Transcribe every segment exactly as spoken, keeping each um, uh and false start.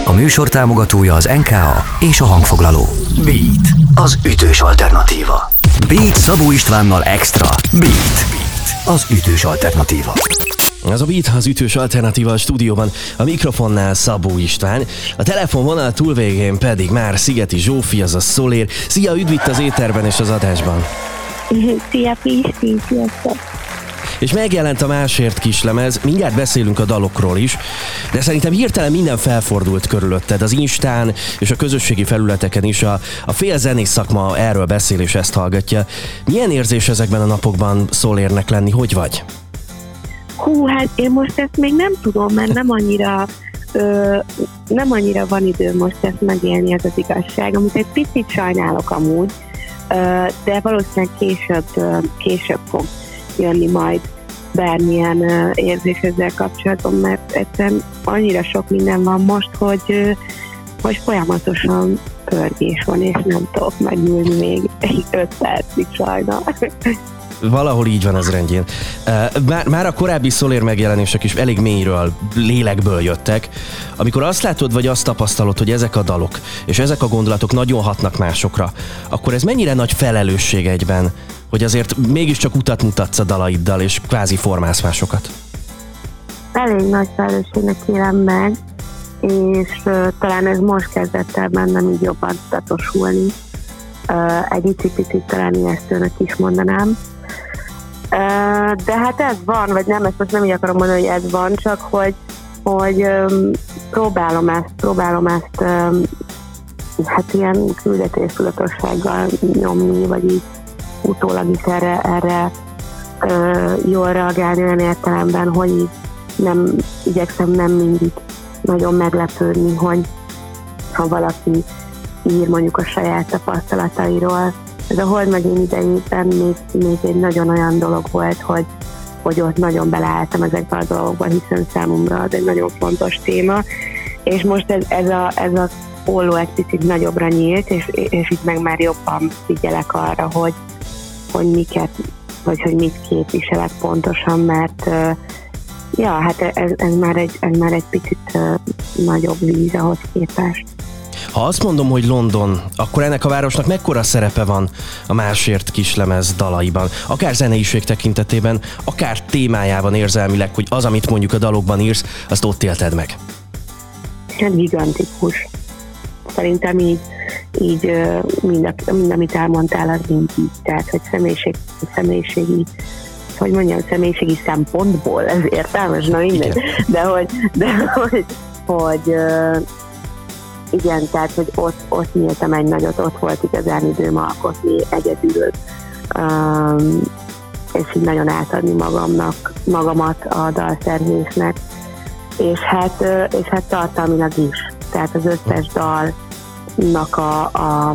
A műsor támogatója az en ká á és a hangfoglaló. Beat, az ütős alternatíva. Beat Szabó Istvánnal extra. Beat, az ütős alternatíva. Az a Beat, az ütős alternatíva a stúdióban, a mikrofonnál Szabó István, a telefonvonal túlvégén pedig már Szigeti Zsófi, azaz Szolér. Szia, üdv itt az éterben és az adásban! Szia, Pisti, sziasztok! És megjelent a Másért kislemez, mindjárt beszélünk a dalokról is, de szerintem hirtelen minden felfordult körülötted, az Instán és a közösségi felületeken is, a, a fél zenész szakma erről beszél és ezt hallgatja. Milyen érzés ezekben a napokban Szolérnek lenni, hogy vagy? Hú, hát én most ezt még nem tudom, mert nem annyira, ö, nem annyira van idő most ezt megélni, ez az igazság, amit egy picit sajnálok amúgy, ö, de valószínűleg később, ö, később fog jönni majd bármilyen ö, érzés ezzel kapcsolatban, mert egyszerűen annyira sok minden van most, hogy, ö, hogy folyamatosan pörgés van, és nem tudok megülni még egy öt percig sajna. Valahol így van ez rendjén. Már, már a korábbi Szolér megjelenések is elég mélyről, lélekből jöttek. Amikor azt látod, vagy azt tapasztalod, hogy ezek a dalok és ezek a gondolatok nagyon hatnak másokra, akkor ez mennyire nagy felelősség egyben, hogy azért mégiscsak utat mutatsz a dalaiddal, és kvázi formálsz másokat? Elég nagy felelősségnek élem meg, és uh, talán ez most kezdett el bennem így jobban tudatosulni. Uh, egy icipicit talán ijesztőnek is mondanám. De hát ez van, vagy nem, ezt most nem így akarom mondani, hogy ez van, csak hogy, hogy um, próbálom ezt, próbálom ezt um, hát ilyen küldetéstudatossággal nyomni, vagy így utólag is erre, erre uh, jól reagálni olyan értelemben, hogy így nem, igyekszem nem mindig nagyon meglepődni, hogy ha valaki ír mondjuk a saját tapasztalatairól. Ez a Hold meg én idejében még, még egy nagyon olyan dolog volt, hogy, hogy ott nagyon beleálltam ezekbe a dolgokba, hiszen számomra az egy nagyon fontos téma, és most ez, ez a, ez a olló egy picit nagyobbra nyílt, és, és itt meg már jobban figyelek arra, hogy, hogy miket, vagy hogy mit képviselek pontosan, mert ja, hát ez, ez, már, egy, ez már egy picit nagyobb víz ahhoz képest. Ha azt mondom, hogy London, akkor ennek a városnak mekkora szerepe van a Másért kislemez dalaiban? Akár zeneiség tekintetében, akár témájában érzelmileg, hogy az, amit mondjuk a dalokban írsz, azt ott élted meg? Hát gigantikus. Szerintem így, így mind, a, mind amit elmondtál, az mind így. Tehát, hogy személyiség, személyiségi, hogy mondjam, személyiségi szempontból, ez értelmes, na minden. De hogy, de hogy, hogy igen, tehát, hogy ott, ott nyíltam egy nagyot, ott volt igazán időm alkotni egyedül, um, és így nagyon átadni magamnak, magamat a dalszerzésnek, és hát, és hát tartalmilag is. Tehát az összes dalnak a, a,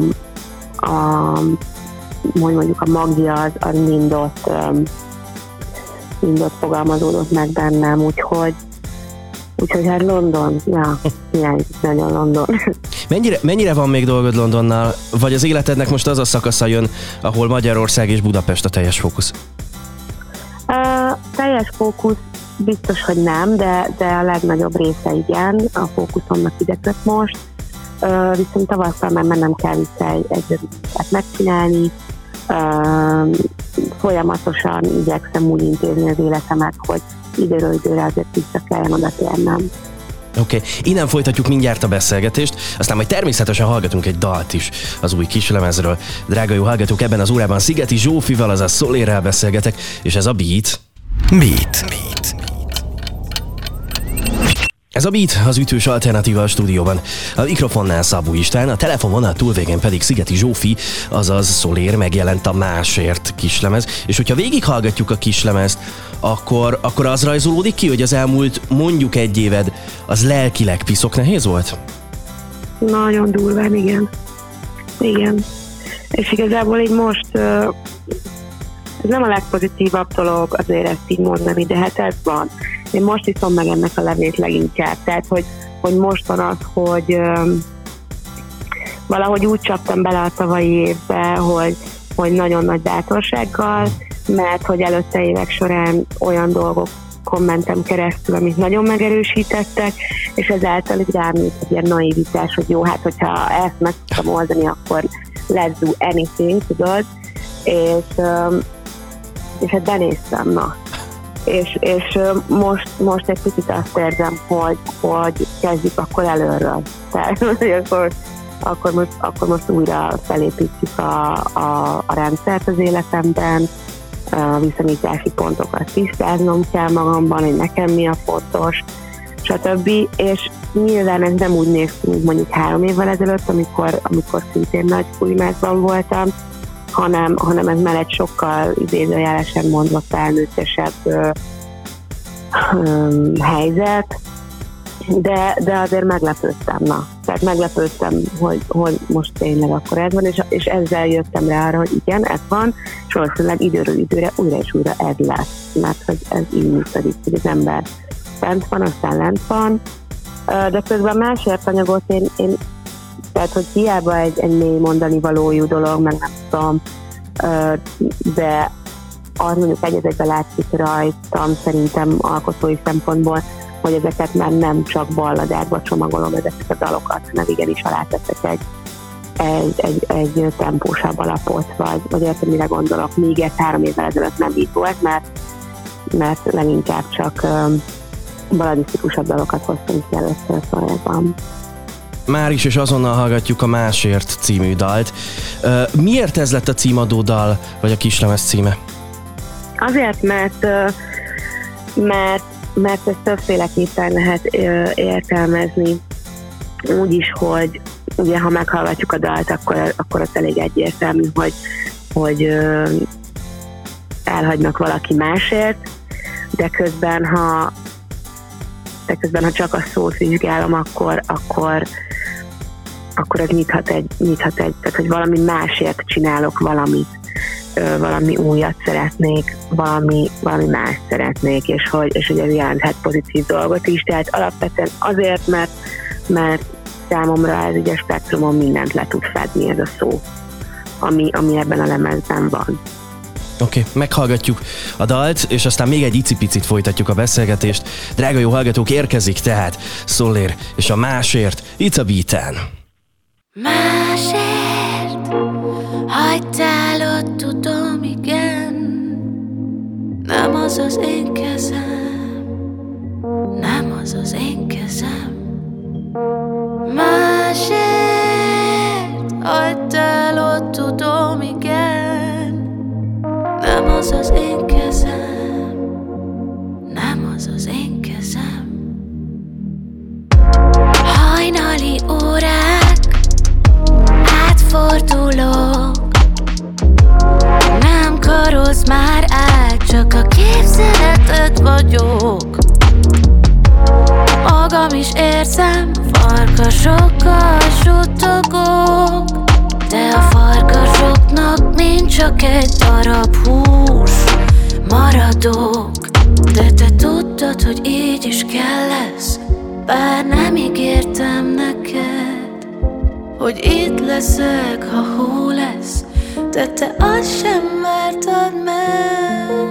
a hogy mondjuk a magja az, az mind ott, um, mind ott fogalmazódott meg bennem, úgyhogy Úgyhogy hát London, ja, hiányzik nagyon London. Mennyire, mennyire van még dolgod Londonnal, vagy az életednek most az a szakasza jön, ahol Magyarország és Budapest a teljes fókusz? Uh, teljes fókusz biztos, hogy nem, de, de a legnagyobb része igen, a fókuszomnak ide köt most. Uh, viszont tavasszal már mennem kell vissza egy, egy rövidet megcsinálni. Uh, folyamatosan igyekszem úgy intézni az életemet, hogy időről időre azért vissza kelljen oda térnem. Oké, okay. Innen folytatjuk mindjárt a beszélgetést, aztán majd természetesen hallgatunk egy dalt is az új kislemezről. Drága jó hallgatók, ebben az órában Szigeti Zsófival, azaz Szolérrel beszélgetek, és ez a Beat. Beat. Beat. Ez a Beat, az ütős alternatíva a stúdióban. A mikrofonnál Szabó István, a telefonvonal túlvégén pedig Szigeti Zsófi, azaz Szolér, megjelent a Másért kislemez. És hogyha végighallgatjuk a kislemezt, akkor, akkor az rajzolódik ki, hogy az elmúlt mondjuk egy éved az lelkileg piszok nehéz volt? Nagyon durván, igen. Igen. És igazából így most ez nem a legpozitívabb dolog azért ezt így mondani, de hát ez van. Én most iszom meg ennek a levét leginkább. Tehát, hogy, hogy most van az, hogy um, valahogy úgy csaptam bele a tavalyi évbe, hogy, hogy nagyon nagy bátorsággal, mert hogy előtte évek során olyan dolgok kommentem keresztül, amit nagyon megerősítettek, és ezáltal így rám jött egy ilyen naivitás, hogy jó, hát hogyha ezt meg tudtam oldani, akkor let's do anything, tudod, és, és hát benéztem, na. És, és most, most egy picit azt érzem, hogy, hogy kezdjük akkor előről. Tehát akkor, akkor, most, akkor most újra felépítjük a, a, a rendszert az életemben, a viszonyítási pontokat tisztáznom kell magamban, hogy nekem mi a fontos, stb. És nyilván ez nem úgy néz ki, mint mondjuk három évvel ezelőtt, amikor, amikor szintén nagy fújmásban voltam, hanem, hanem ez már egy sokkal idézőjelesen mondva felnőttesebb ö, ö, helyzet, de, de azért meglepődtem, na. Tehát meglepődtem, hogy, hogy most tényleg akkor ez van, és, és ezzel jöttem rá arra, hogy igen, ez van, és valószínűleg időről időre újra és újra ez lesz, mert hogy ez így működik, hogy az ember bent van, aztán lent van, de közben másért anyagot én, én tehát, hogy hiába egy, egy mély mondani valójú dolog, meg nem tudom, de az mondjuk egyedekben látszik rajtam szerintem alkotói szempontból, hogy ezeket már nem csak balladárba csomagolom ezeket a dalokat, hanem igenis aláteszek egy, egy, egy, egy tempósabb alapot, vagy, vagy értem, mire gondolok. Még ez három évvel ezelőtt nem így volt, mert, mert leginkább csak um, balladisztikusabb dalokat hoztam ki először, szóval ez van. Már is, és azonnal hallgatjuk a Másért című dalt. Uh, miért ez lett a címadó dal, vagy a kislemez címe? Azért, mert, mert, mert ezt többféleképpen lehet értelmezni. Úgy is, hogy ugye, ha meghallgatjuk a dalt, akkor, akkor az elég egyértelmű, hogy, hogy elhagynak valaki másért, de közben, ha de közben, ha csak a szót vizsgálom, akkor, akkor, akkor ez nyithat egy, nyithat egy, tehát hogy valami másért csinálok valamit, valami újat szeretnék, valami, valami más szeretnék, és hogy, és hogy ez jelenthet pozitív dolgot is, tehát alapvetően azért, mert, mert számomra ez ugye spektrumon mindent le tud fedni ez a szó, ami, ami ebben a lemezben van. Oké, okay, meghallgatjuk a dalt, és aztán még egy icipicit folytatjuk a beszélgetést. Drága jó hallgatók, érkezik tehát Szoller és a Másért itt a Beaten. Másért hagytál ott, tudom, igen, nem az az én kezem, nem az az én kezem. Másért hagytál ott, tudom, igen, nem az az én kezem, nem az az én kezem. Hajnali órák, átfordulok, nem karolsz már át, csak a képzeleted vagyok. Magam is érzem, farkasokkal suttogok, de a farkasoknak nincs csak egy darab hús, maradok. De te tudtad, hogy így is kell lesz, bár nem ígértem neked, hogy itt leszek, ha hó lesz, de te azt sem vártad meg.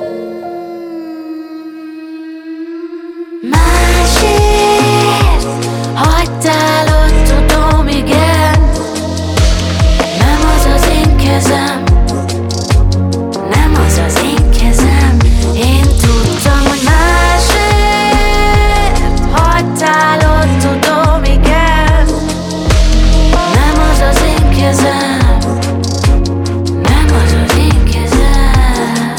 Másért hagytál ott, tudom, igen, nem az az én kezem, nem az az én kezem. Én tudtam, hogy másért hagytál ott, tudom, igen, nem az az én kezem, nem az az én kezem.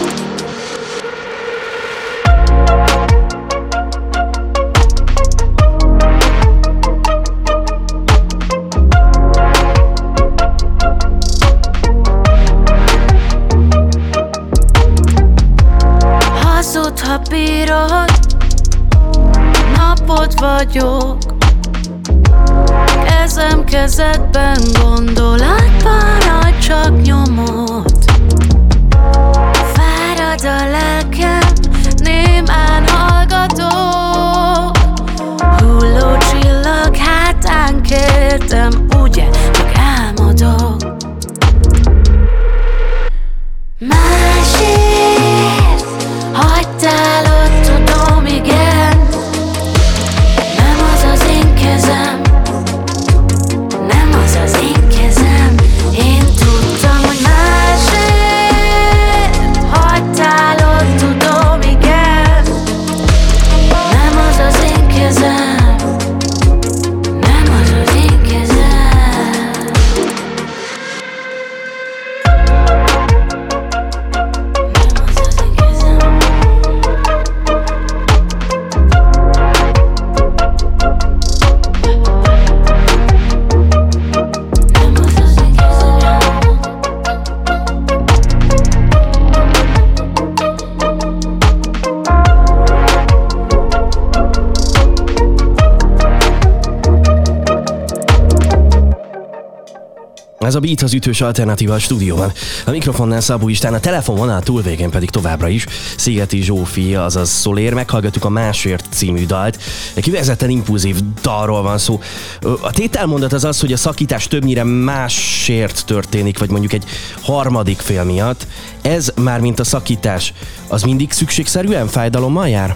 Hazud, ha bírod, napod vagyok, kezem kezedben, gondolatban hagy csak nyomot. Fárad a lelkem, némán hallgatok, hulló csillag hátán kértem, ugye, csak álmodok. Másért hagytál ott, Ez a Beat az ütős alternatíva a stúdióban. A mikrofonnál Szabó István, a telefonvonal túlvégén pedig továbbra is Szigeti Zsófi, azaz Szolér. Meghallgattuk a Másért című dalt. Egy kifejezetten impulzív dalról van szó. A tételmondat az az, hogy a szakítás többnyire másért történik, vagy mondjuk egy harmadik fél miatt. Ez már mint a szakítás, az mindig szükségszerűen fájdalommal jár?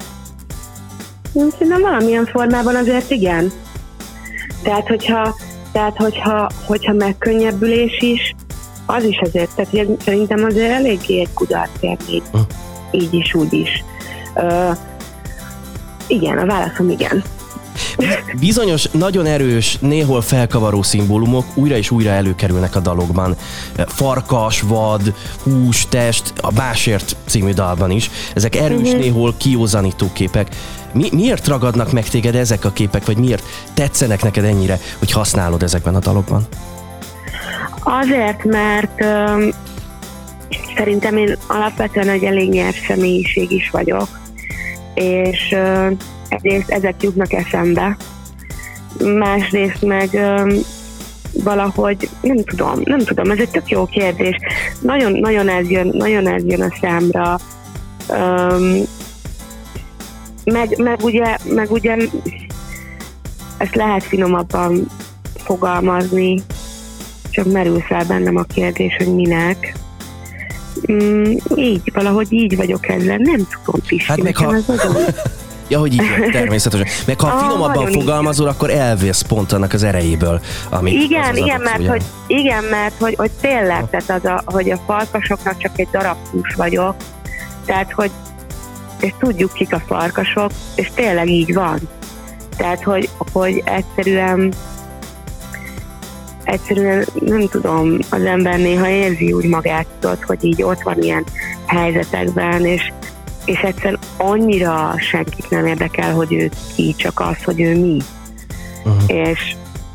Szerintem valamilyen formában azért igen. Tehát, hogyha, tehát hogyha, hogyha megkönnyebbülés is, az is azért, tehát szerintem azért eléggé egy kudarcért így, hm. így is, úgy is. Uh, igen, a válaszom igen. Bizonyos, nagyon erős, néhol felkavaró szimbólumok újra és újra előkerülnek a dalokban. Farkas, vad, hús, test, a Másért című dalban is. Ezek erős, uh-huh. néhol kiózanító képek. Mi, miért ragadnak meg téged ezek a képek, vagy miért tetszenek neked ennyire, hogy használod ezekben a dalokban? Azért, mert um, szerintem én alapvetően egy elég nyers személyiség is vagyok, és uh, egyrészt ezek jutnak eszembe, másrészt meg um, valahogy, nem tudom, nem tudom, ez egy tök jó kérdés. Nagyon, nagyon ez jön, nagyon ez jön a számra. Um, meg, meg, ugye, meg ugye ezt lehet finomabban fogalmazni, csak merül fel bennem a kérdés, hogy minek. Mm, így, valahogy így vagyok ezzel, nem tudom, Pisti. Hát meg ha... Ja, hogy így, természetesen. Meg ha ah, finomabban fogalmazol, így. Akkor elvész pont annak az erejéből, ami igen, az az igen, adat, mert, hogy, igen, mert hogy, hogy tényleg, tehát az a, hogy a farkasoknak csak egy darab hús vagyok, tehát, hogy és tudjuk, kik a farkasok, és tényleg így van. Tehát, hogy, hogy egyszerűen egyszerűen nem tudom, az ember néha érzi úgy magát, tudod, hogy így ott van ilyen helyzetekben, és, és egyszerűen annyira senkit nem érdekel, hogy ő ki, csak az, hogy ő mi. Uh-huh. És,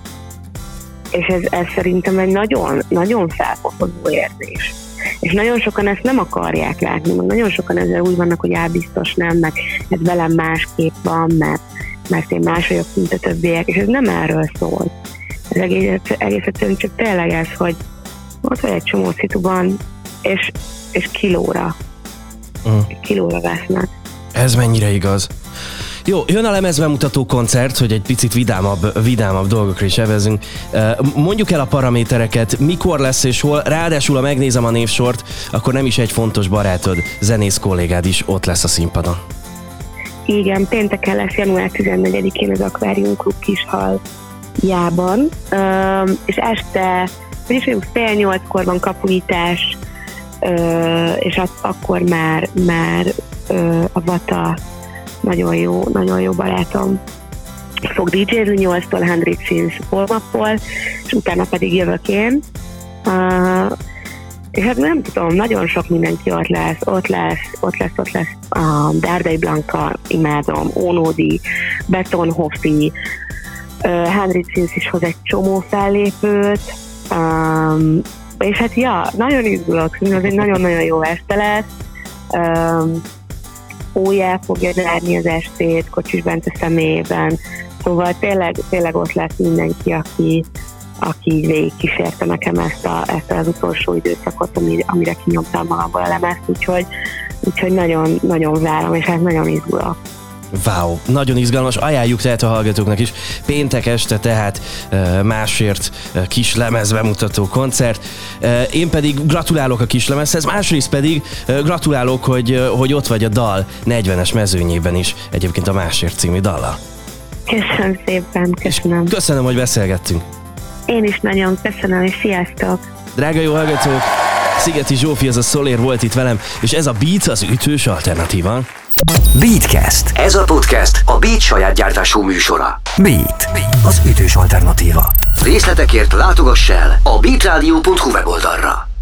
és ez, ez szerintem egy nagyon, nagyon felfogható érzés. És nagyon sokan ezt nem akarják látni, meg nagyon sokan ezzel úgy vannak, hogy á, biztos nem, meg ez velem másképp van, mert, mert én más vagyok, mint a többiek, és ez nem erről szól. Ez egész, egész egyszerűen csak tényleg ez, hogy ott vagy egy csomó szituban, és, és kilóra. Uh. Kilóra vesznek. Ez mennyire igaz. Jó, jön a lemezbemutató koncert, hogy egy picit vidámabb, vidámabb dolgokra is evezünk. Mondjuk el a paramétereket, mikor lesz és hol, ráadásul ha megnézem a névsort, akkor nem is egy fontos barátod, zenész kollégád is ott lesz a színpadon. Igen, pénteken lesz január tizennegyedikén az Aquarium Klub Kishaljában, és este, vagyis vagyunk fél nyolckor van kapunyítás, és akkor már, már a Vata nagyon jó, nagyon jó barátom fog dé jézni nyolctól Hundred Scenes warm-uppal, és utána pedig jövök én. Uh, és hát nem tudom, nagyon sok mindenki ott lesz, ott lesz, ott lesz, ott lesz uh, Dárdai Blanka, imádom, Ónódi, Beton Hoffi, uh, Hundred Scenes is hoz egy csomó fellépőt, um, és hát ja, nagyon izgulok, ez egy nagyon-nagyon jó este lesz. Um, Ójá fogja zárni az estét, Kocsis Bence személyében. Szóval tényleg, tényleg ott lesz mindenki, aki, aki így végigkísérte nekem ezt, a, ezt az utolsó időszakot, amire, amire kinyomtam magamból a lemezt, úgyhogy, úgyhogy nagyon, nagyon várom, és hát nagyon izgulok. Wow, nagyon izgalmas, ajánljuk tehát a hallgatóknak is. Péntek este tehát Másért kis lemez bemutató koncert. Én pedig gratulálok a kis lemezhez, másrészt pedig gratulálok, hogy, hogy ott vagy a dal negyvenes mezőnyében is, egyébként a Másért című dallal. Köszönöm szépen, köszönöm. És köszönöm, hogy beszélgettünk. Én is nagyon köszönöm, és sziasztok! Drága jó hallgatók, Szigeti Zsófi, az a Szolér volt itt velem, és ez a Beat az ütős alternatíva. Beatcast. Ez a podcast a Beat saját gyártású műsora. Beat, az ütős alternatíva. Részletekért látogass el a beatradio pont hu weboldalra.